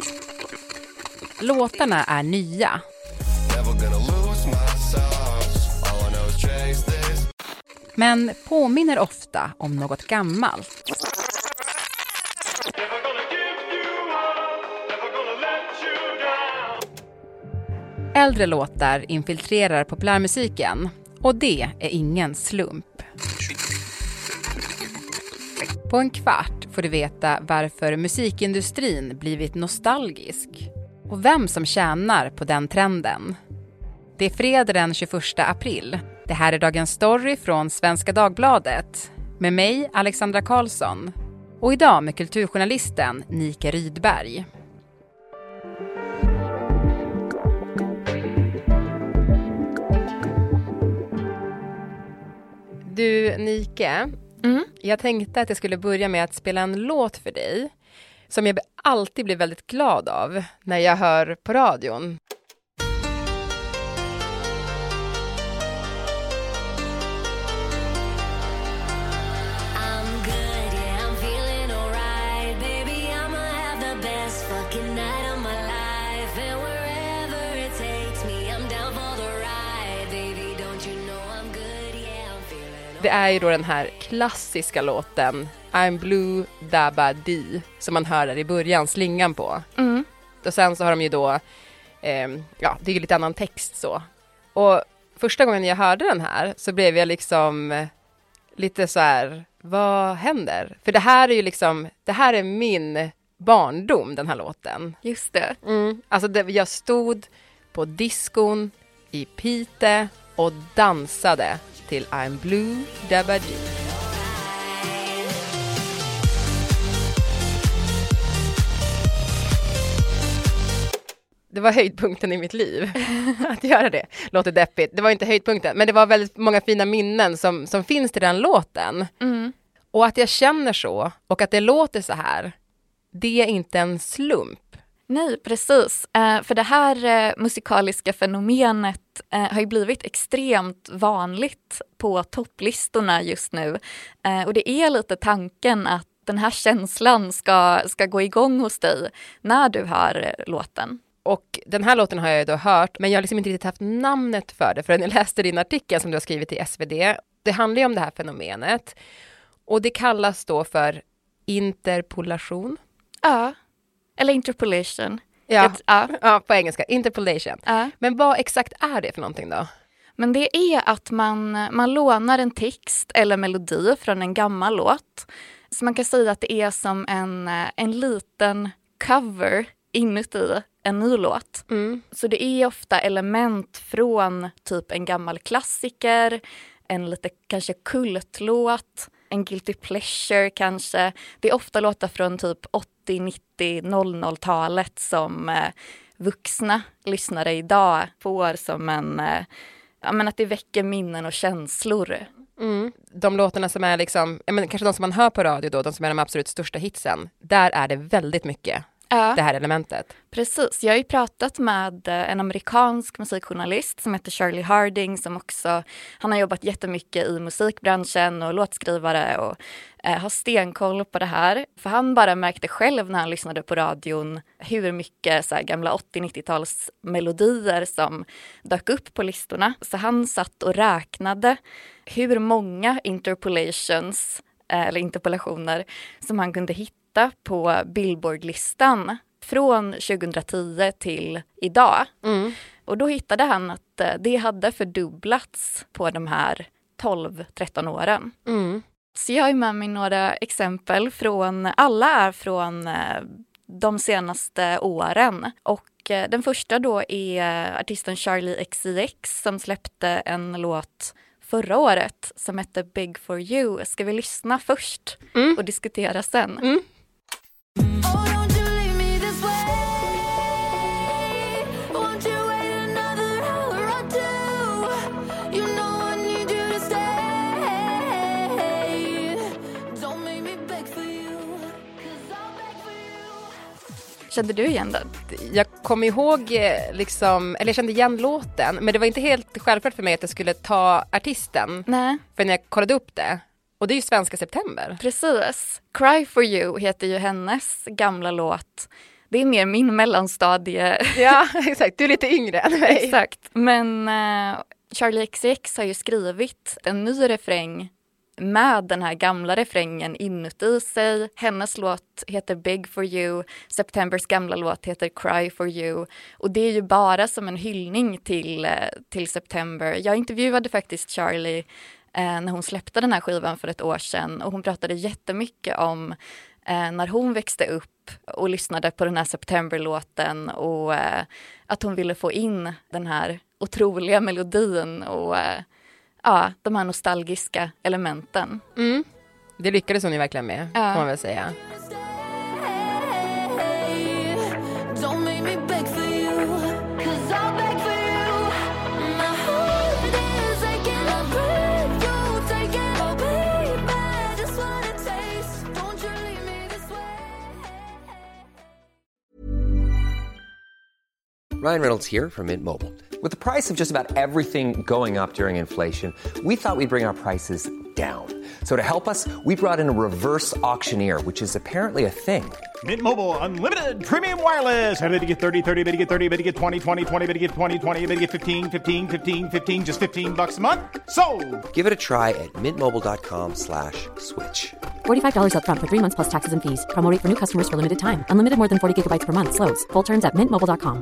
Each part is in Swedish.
Låtarna är nya. Men påminner ofta om något gammalt. Äldre låtar infiltrerar populärmusiken och det är ingen slump. På en kvart får du veta varför musikindustrin blivit nostalgisk och vem som tjänar på den trenden. Det är fredag den 21 april. Det här är dagens story från Svenska Dagbladet med mig, Alexandra Karlsson, och idag med kulturjournalisten Nika Rydberg. Du, Nike, jag tänkte att jag skulle börja med att spela en låt för dig som jag alltid blir väldigt glad av när jag hör på radion. Det är ju då den här klassiska låten I'm Blue Dabba Dee som man hör där i början, slingan på. Och sen så har de ju då, det är ju lite annan text så. Och första gången jag hörde den här så blev jag liksom lite så här, vad händer? För det här är ju liksom, det här är min barndom, den här låten. Just det. Alltså jag stod på diskon i Pite och dansade till I'm Blue Dabba Dee. Det var höjdpunkten i mitt liv att göra det. Låter deppigt. Det var inte höjdpunkten, men det var väldigt många fina minnen som finns till den låten. Och att jag känner så och att det låter så här, det är inte en slump. Nej, precis. För det här musikaliska fenomenet har ju blivit extremt vanligt på topplistorna just nu. Och det är lite tanken att den här känslan ska gå igång hos dig när du hör låten. Och den här låten har jag då hört, men jag har liksom inte riktigt haft namnet för det förrän jag läste din artikel som du har skrivit i SvD. Det handlar ju om det här fenomenet. Och det kallas då för interpolation. Ja. Eller interpolation. Ja, på engelska. Interpolation. Men vad exakt är det för någonting då? Men det är att man lånar en text eller melodi från en gammal låt. Så man kan säga att det är som en liten cover inuti en ny låt. Så det är ofta element från typ en gammal klassiker, en lite kanske kultlåt, en guilty pleasure kanske. Det är ofta låtar från typ 80, 90, 00-talet som vuxna lyssnare idag får som att det väcker minnen och känslor. De låtarna som är liksom, kanske de som man hör på radio då, de som är de absolut största hitsen, där är det väldigt mycket. Det här elementet. Precis, jag har ju pratat med en amerikansk musikjournalist som heter Charlie Harding som också, han har jobbat jättemycket i musikbranschen och låtskrivare och har stenkoll på det här. För han bara märkte själv när han lyssnade på radion hur mycket så här gamla 80-90-tals melodier som dök upp på listorna. Så han satt och räknade hur många interpolations eller interpolationer som han kunde hitta på Billboard-listan från 2010 till idag. Och då hittade han att det hade fördubblats på de här 12-13 åren. Så jag har med mig några exempel alla är från de senaste åren. Och den första då är artisten Charlie XCX som släppte en låt förra året som hette Big for You. Ska vi lyssna först och diskutera sen? Kände du igen den? Jag kommer ihåg jag kände igen låten, men det var inte helt självklart för mig att jag skulle ta artisten. Nej. För när jag kollade upp det. Och det är ju Svenska September. Precis. Cry for You heter ju hennes gamla låt det är mer min mellanstadie. Ja, exakt. Du är lite yngre än mig. Exakt. Men Charli XCX har ju skrivit en ny refräng med den här gamla refrängen inuti sig. Hennes låt heter Beg for you. Septembers gamla låt heter Cry for you. Och det är ju bara som en hyllning till September. Jag intervjuade faktiskt Charli när hon släppte den här skivan för ett år sedan. Och hon pratade jättemycket om när hon växte upp och lyssnade på den här September-låten. Och att hon ville få in den här otroliga melodin och de här nostalgiska elementen. Mm. Det lyckades hon ju verkligen med, får man väl säga. Ryan Reynolds here from Mint Mobile. With the price of just about everything going up during inflation, we thought we'd bring our prices down. So to help us, we brought in a reverse auctioneer, which is apparently a thing. Mint Mobile Unlimited Premium Wireless. How to get 30, 30, bit to get 30, bit to get 20, 20, 20, bit to get 20, 20, bit to get 15, 15, 15, 15, just $15 a month? Sold! Give it a try at mintmobile.com/switch. $45 up front for 3 months plus taxes and fees. Promo rate for new customers for limited time. Unlimited more than 40 gigabytes per month. Slows full terms at mintmobile.com.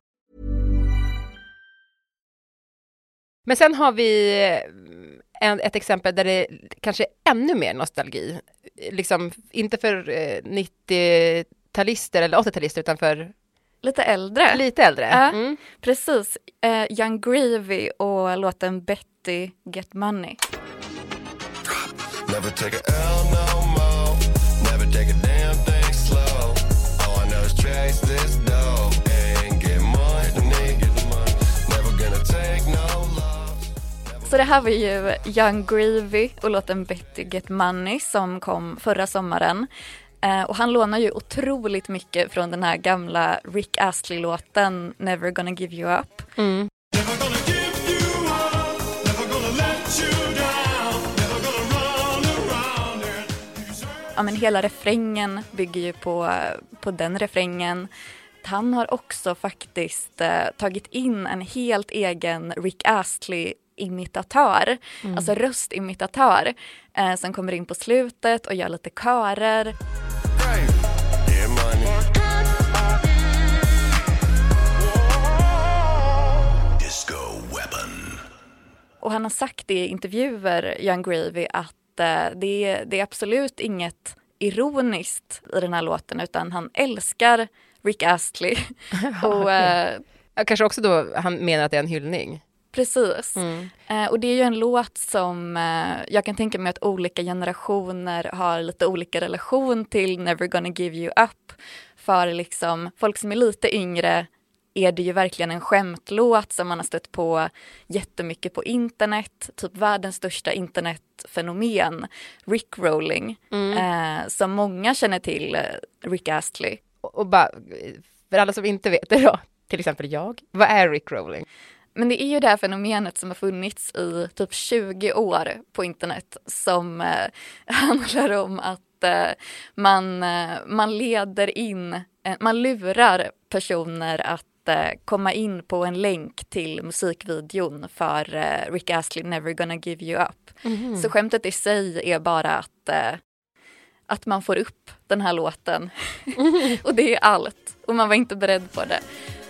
Men sen har vi ett exempel där det kanske är ännu mer nostalgi. Liksom, inte för 90-talister eller 80-talister utan för... Lite äldre. Lite äldre. Mm. Precis. Young Gravy och låten Betty Get Money. Never take a L no more. Never take a damn thing slow. All I know is chase this dough and get money. Never gonna take no love. Så det här var ju Young Gravy och låten Betty Get Money som kom förra sommaren. Och han lånar ju otroligt mycket från den här gamla Rick Astley-låten Never Gonna Give You Up. Mm. Never gonna give you up. Never gonna let you down. Never gonna run around it. Ja, men hela refrängen bygger ju på den refrängen. Han har också faktiskt tagit in en helt egen Rick Astley-imitatör, alltså röstimitatör, som kommer in på slutet och gör lite körer. Get money. Disco weapon. Och han har sagt i intervjuer, Young Gravy, att det är absolut inget ironiskt i den här låten, utan han älskar Rick Astley. Och kanske också då han menar att det är en hyllning. Precis. Och det är ju en låt som jag kan tänka mig att olika generationer har lite olika relation till Never Gonna Give You Up. För liksom folk som är lite yngre är det ju verkligen en skämtlåt som man har stött på jättemycket på internet. Typ världens största internetfenomen, Rickrolling, som många känner till Rick Astley. Och bara, för alla som inte vet det då, till exempel jag, vad är Rickrolling? Men det är ju det här fenomenet som har funnits i typ 20 år på internet som handlar om att man leder in, man lurar personer att komma in på en länk till musikvideon för Rick Astley Never Gonna Give You Up. Så skämtet i sig är bara att man får upp den här låten. Och det är allt. Och man var inte beredd på det.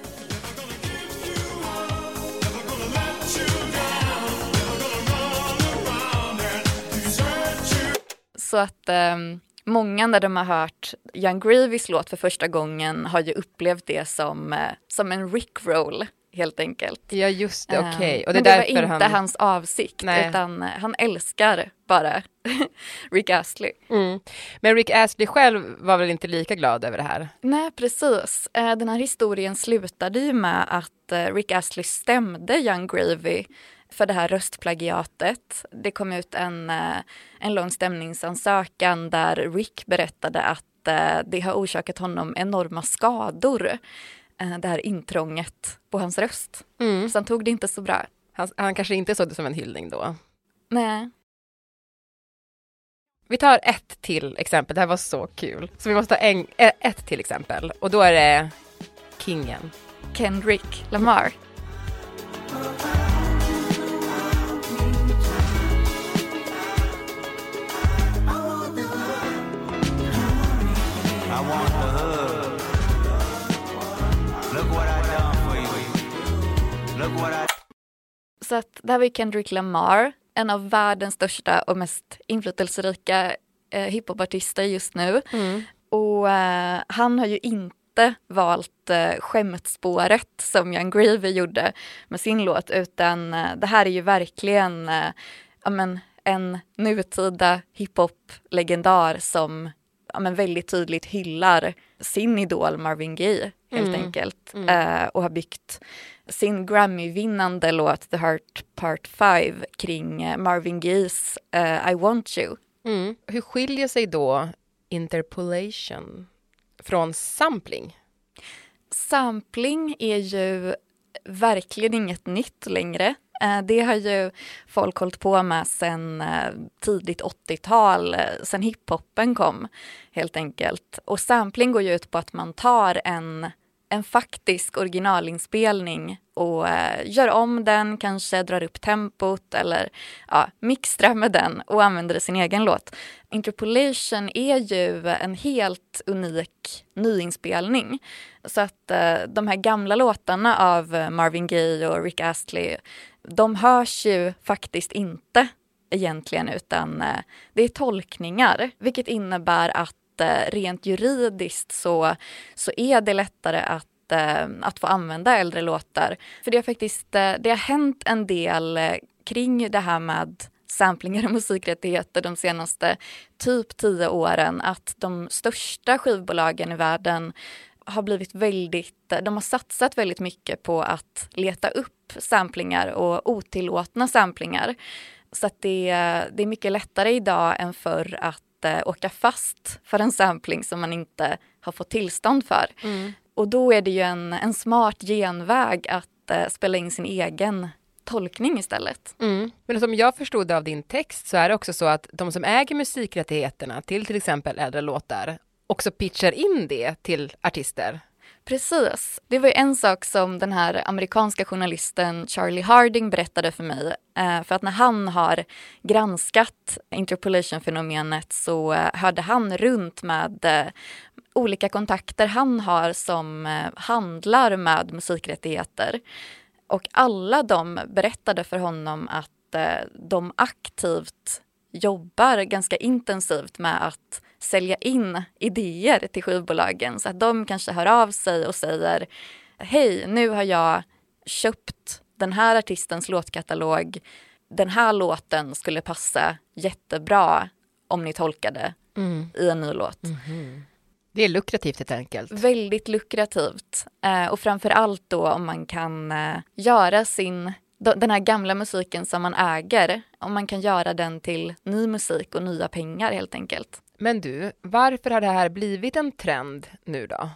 Så att många när de har hört Young Gravys låt för första gången har ju upplevt det som en Rickroll helt enkelt. Ja just det, okej. Och det var inte hans avsikt. Nej. Utan han älskar bara Rick Astley. Men Rick Astley själv var väl inte lika glad över det här? Nej, precis. Den här historien slutade ju med att Rick Astley stämde Young Gravy för det här röstplagiatet. Det kom ut en lång stämningsansökan där Rick berättade att det har orsakat honom enorma skador. Det här intrånget på hans röst. Så han tog det inte så bra. Han kanske inte såg det som en hyllning då. Nej. Vi tar ett till exempel. Det här var så kul. Så vi måste ta ett till exempel. Och då är det kingen. Kendrick Lamar. I want the hood. Look what I done for you. Look what I... Så att det här var Kendrick Lamar, en av världens största och mest inflytelserika hiphopartister just nu. Och han har ju inte valt skämtspåret som Young Gravy gjorde med sin låt, utan det här är ju verkligen en nutida hiphop-legendar som väldigt tydligt hyllar sin idol Marvin Gaye helt enkelt. Och har byggt sin Grammy-vinnande låt The Heart Part 5 kring Marvin Gayes I Want You. Hur skiljer sig då interpolation från sampling? Sampling är ju verkligen inget nytt längre. Det har ju folk hållit på med sedan tidigt 80-tal, sedan hiphopen kom helt enkelt. Och sampling går ju ut på att man tar en faktisk originalinspelning och gör om den, kanske drar upp tempot eller mixtrar med den och använder sin egen låt. Interpolation är ju en helt unik nyinspelning. Så att de här gamla låtarna av Marvin Gaye och Rick Astley, de hörs ju faktiskt inte egentligen, utan det är tolkningar, vilket innebär att rent juridiskt så är det lättare att få använda äldre låtar. För det har hänt en del kring det här med samplingar och musikrättigheter de senaste typ 10 åren, att de största skivbolagen i världen de har satsat väldigt mycket på att leta upp samplingar och otillåtna samplingar. Så att det är mycket lättare idag än förr att åka fast för en sampling som man inte har fått tillstånd för. Och då är det ju en smart genväg att spela in sin egen tolkning istället. Men som jag förstod av din text så är det också så att de som äger musikrättigheterna till exempel äldre låtar också pitchar in det till artister. Precis. Det var ju en sak som den här amerikanska journalisten Charlie Harding berättade för mig. För att när han har granskat interpolation-fenomenet så hörde han runt med olika kontakter han har som handlar med musikrättigheter. Och alla de berättade för honom att de aktivt jobbar ganska intensivt med att sälja in idéer till skivbolagen, så att de kanske hör av sig och säger: hej, nu har jag köpt den här artistens låtkatalog, den här låten skulle passa jättebra om ni tolkade i en ny låt. Det är lukrativt helt enkelt. Väldigt lukrativt. Och framförallt då om man kan göra den här gamla musiken som man äger, om man kan göra den till ny musik och nya pengar helt enkelt. Men du, varför har det här blivit en trend nu då?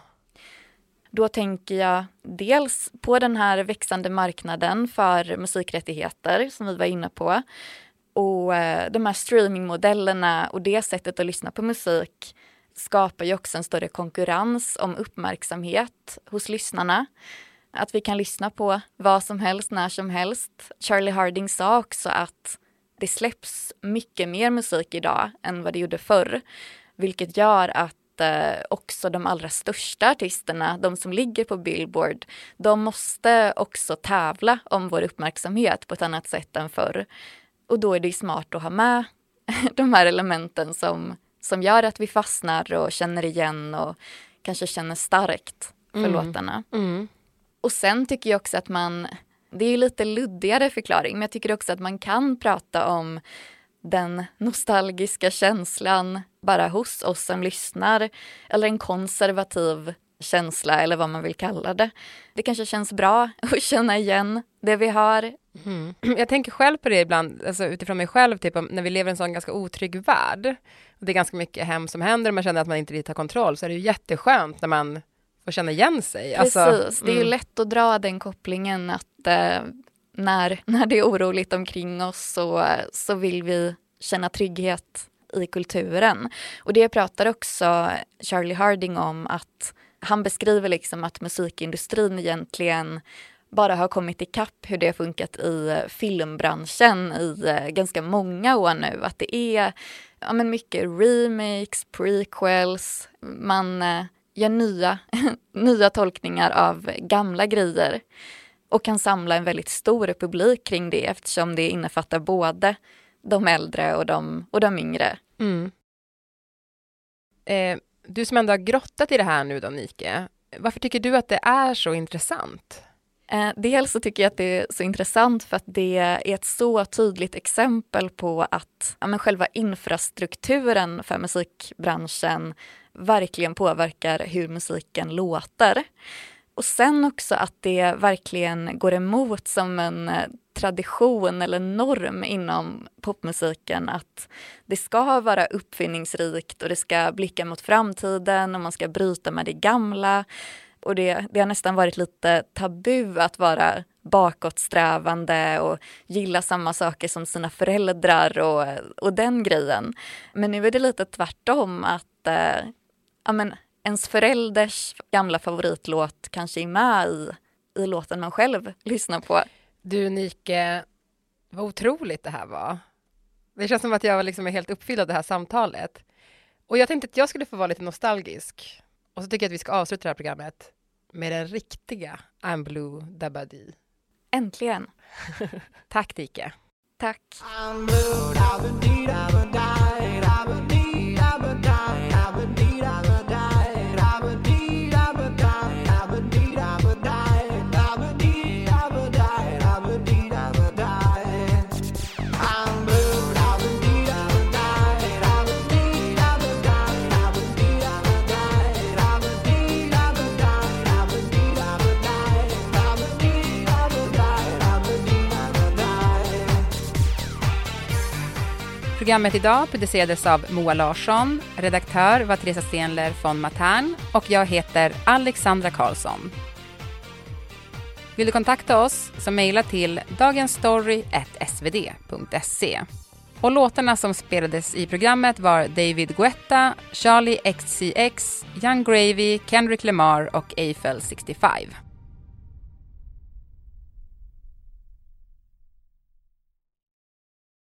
Då tänker jag dels på den här växande marknaden för musikrättigheter som vi var inne på. Och de här streamingmodellerna och det sättet att lyssna på musik skapar ju också en större konkurrens om uppmärksamhet hos lyssnarna. Att vi kan lyssna på vad som helst, när som helst. Charlie Harding sa också att det släpps mycket mer musik idag än vad det gjorde förr. Vilket gör att också de allra största artisterna, de som ligger på Billboard, de måste också tävla om vår uppmärksamhet på ett annat sätt än förr. Och då är det smart att ha med de här elementen som gör att vi fastnar och känner igen och kanske känner starkt för låtarna. Och sen tycker jag också att det är lite luddigare förklaring, men jag tycker också att man kan prata om den nostalgiska känslan bara hos oss som lyssnar, eller en konservativ känsla eller vad man vill kalla det. Det kanske känns bra att känna igen det vi har. Jag tänker själv på det ibland, alltså utifrån mig själv, typ när vi lever i en sån ganska otrygg värld och det är ganska mycket hem som händer och man känner att man inte riktigt har kontroll, så är det ju jätteskönt när man får känna igen sig. Precis, det är ju lätt att dra den kopplingen att när det är oroligt omkring oss så vill vi känna trygghet i kulturen. Och det pratar också Charlie Harding om, att han beskriver liksom att musikindustrin egentligen bara har kommit ikapp hur det har funkat i filmbranschen i ganska många år nu. Att det är mycket remakes, prequels, man gör nya tolkningar av gamla grejer och kan samla en väldigt stor publik kring det, eftersom det innefattar både de äldre och de yngre. Mm. Du som ändå har grottat i det här nu då, Nike, varför tycker du att det är så intressant? Dels så tycker jag att det är så intressant för att det är ett så tydligt exempel på att själva infrastrukturen för musikbranschen verkligen påverkar hur musiken låter. Och sen också att det verkligen går emot som en tradition eller norm inom popmusiken, att det ska vara uppfinningsrikt och det ska blicka mot framtiden och man ska bryta med det gamla. Och det har nästan varit lite tabu att vara bakåtsträvande och gilla samma saker som sina föräldrar och den grejen. Men nu är det lite tvärtom, att ens förälders gamla favoritlåt kanske är med i låten man själv lyssnar på. Du, Nike, vad otroligt det här var. Det känns som att jag liksom är helt uppfylld av det här samtalet. Och jag tänkte att jag skulle få vara lite nostalgisk. Och så tycker jag att vi ska avsluta det här programmet med den riktiga I'm Blue Dabba Dee. Äntligen. Tack, Nike. Tack. I'm blue, dabba dee, dabba die, dabba dee, dabba die, dabba dee, dabba die, dabba dee, dabba die, dabba dee, dabba die, dabba dee, dabba die, dabba dee, dabba die. I'm blue, dabba dee, dabba die, dabba dee, dabba die, dabba dee, dabba die, dabba dee, dabba die, dabba dee, dabba die, dabba dee, dabba die, dabba dee, dabba die. Programmet idag producerades av Moa Larsson, redaktör var Teresa Stenler von Matern och jag heter Alexandra Karlsson. Vill du kontakta oss så mejla till dagensstory@svd.se. Och låtarna som spelades i programmet var David Guetta, Charlie XCX, Young Gravy, Kendrick Lamar och Eiffel 65.